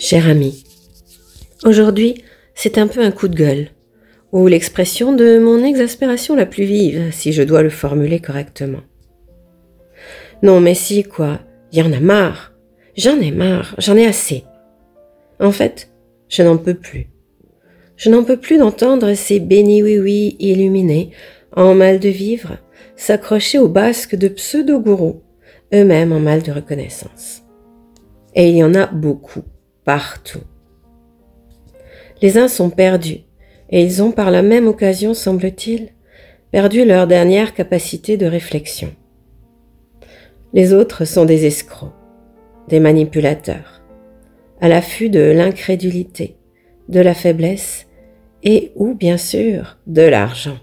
Cher ami, aujourd'hui, c'est un peu un coup de gueule, ou l'expression de mon exaspération la plus vive, si je dois le formuler correctement. Non mais si quoi, il y en a marre, j'en ai assez. En fait, je n'en peux plus. Je n'en peux plus d'entendre ces bénis oui-oui illuminés, en mal de vivre, s'accrocher aux basques de pseudo-gourous, eux-mêmes en mal de reconnaissance. Et il y en a beaucoup, partout. Les uns sont perdus, et ils ont par la même occasion, semble-t-il, perdu leur dernière capacité de réflexion. Les autres sont des escrocs, des manipulateurs, à l'affût de l'incrédulité, de la faiblesse et ou bien sûr de l'argent.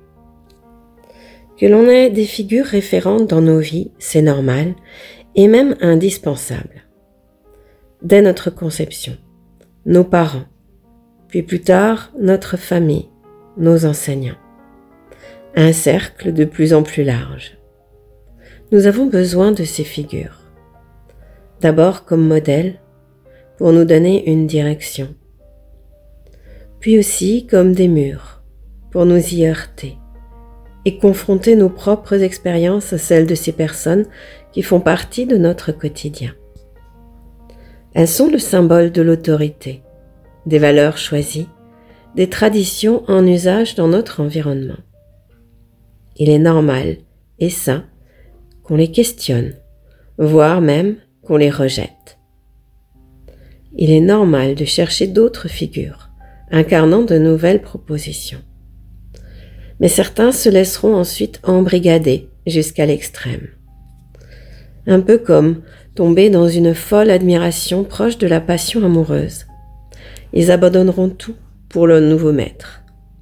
Que l'on ait des figures référentes dans nos vies, c'est normal et même indispensable. Dès notre conception, nos parents, puis plus tard notre famille, nos enseignants. Un cercle de plus en plus large. Nous avons besoin de ces figures. D'abord comme modèle, pour nous donner une direction. Puis aussi comme des murs, pour nous y heurter et confronter nos propres expériences à celles de ces personnes qui font partie de notre quotidien. Elles sont le symbole de l'autorité, des valeurs choisies, des traditions en usage dans notre environnement. Il est normal et sain qu'on les questionne, voire même qu'on les rejette. Il est normal de chercher d'autres figures, incarnant de nouvelles propositions. Mais certains se laisseront ensuite embrigader jusqu'à l'extrême. Un peu comme tomber dans une folle admiration proche de la passion amoureuse. Ils abandonneront tout pour le nouveau maître.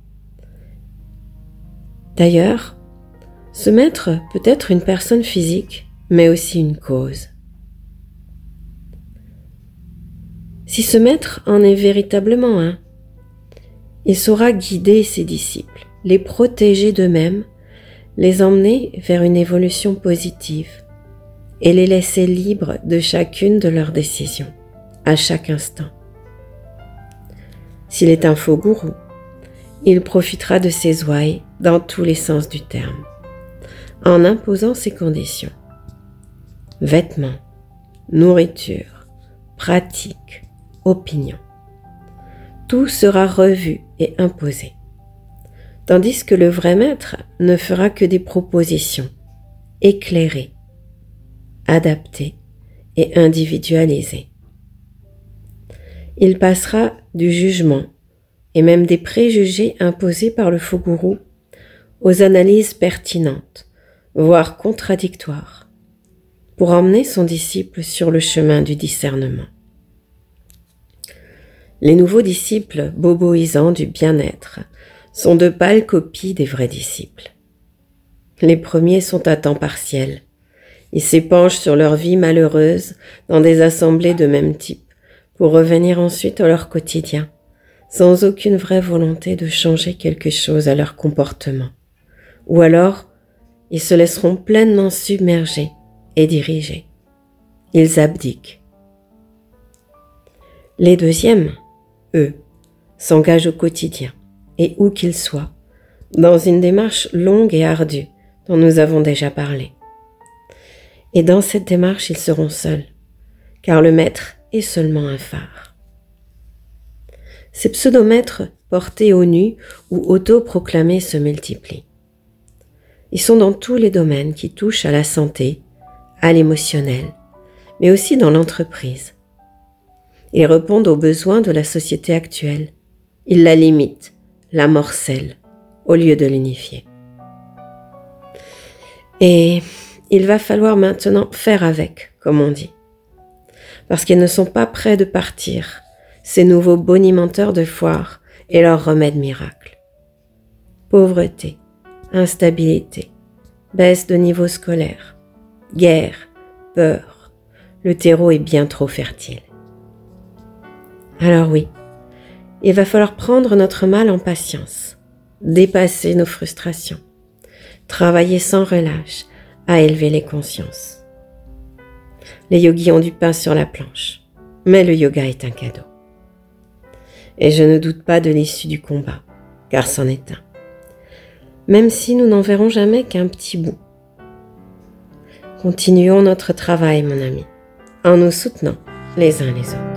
D'ailleurs, ce maître peut être une personne physique, mais aussi une cause. Si ce maître en est véritablement un, il saura guider ses disciples, les protéger d'eux-mêmes, les emmener vers une évolution positive et les laisser libres de chacune de leurs décisions, à chaque instant. S'il est un faux gourou, il profitera de ses ouailles dans tous les sens du terme, en imposant ses conditions. Vêtements, nourriture, pratiques, opinions. Tout sera revu et imposé. Tandis que le vrai maître ne fera que des propositions, éclairées, adaptées et individualisées. Il passera du jugement et même des préjugés imposés par le faux gourou aux analyses pertinentes, voire contradictoires, pour emmener son disciple sur le chemin du discernement. Les nouveaux disciples boboisants du bien-être sont de pâles copies des vrais disciples. Les premiers sont à temps partiel. Ils s'épanchent sur leur vie malheureuse dans des assemblées de même type pour revenir ensuite à leur quotidien, sans aucune vraie volonté de changer quelque chose à leur comportement. Ou alors, ils se laisseront pleinement submerger et diriger. Ils abdiquent. Les deuxièmes, eux, s'engagent au quotidien, et où qu'ils soient, dans une démarche longue et ardue dont nous avons déjà parlé. Et dans cette démarche, ils seront seuls, car le maître est seulement un phare. Ces pseudomètres portés au nu ou autoproclamés se multiplient. Ils sont dans tous les domaines qui touchent à la santé, à l'émotionnel, mais aussi dans l'entreprise. Ils répondent aux besoins de la société actuelle. Ils la limitent, la morcellent, au lieu de l'unifier. Et il va falloir maintenant faire avec, comme on dit. Parce qu'ils ne sont pas prêts de partir, ces nouveaux bonimenteurs de foire et leurs remèdes miracles. Pauvreté, instabilité, baisse de niveau scolaire, guerre, peur, le terreau est bien trop fertile. Alors oui, il va falloir prendre notre mal en patience, dépasser nos frustrations, travailler sans relâche à élever les consciences. Les yogis ont du pain sur la planche. mais le yoga est un cadeau. Et je ne doute pas de l'issue du combat, car c'en est un. Même si nous n'en verrons jamais qu'un petit bout. Continuons notre travail, mon ami, en nous soutenant les uns les autres.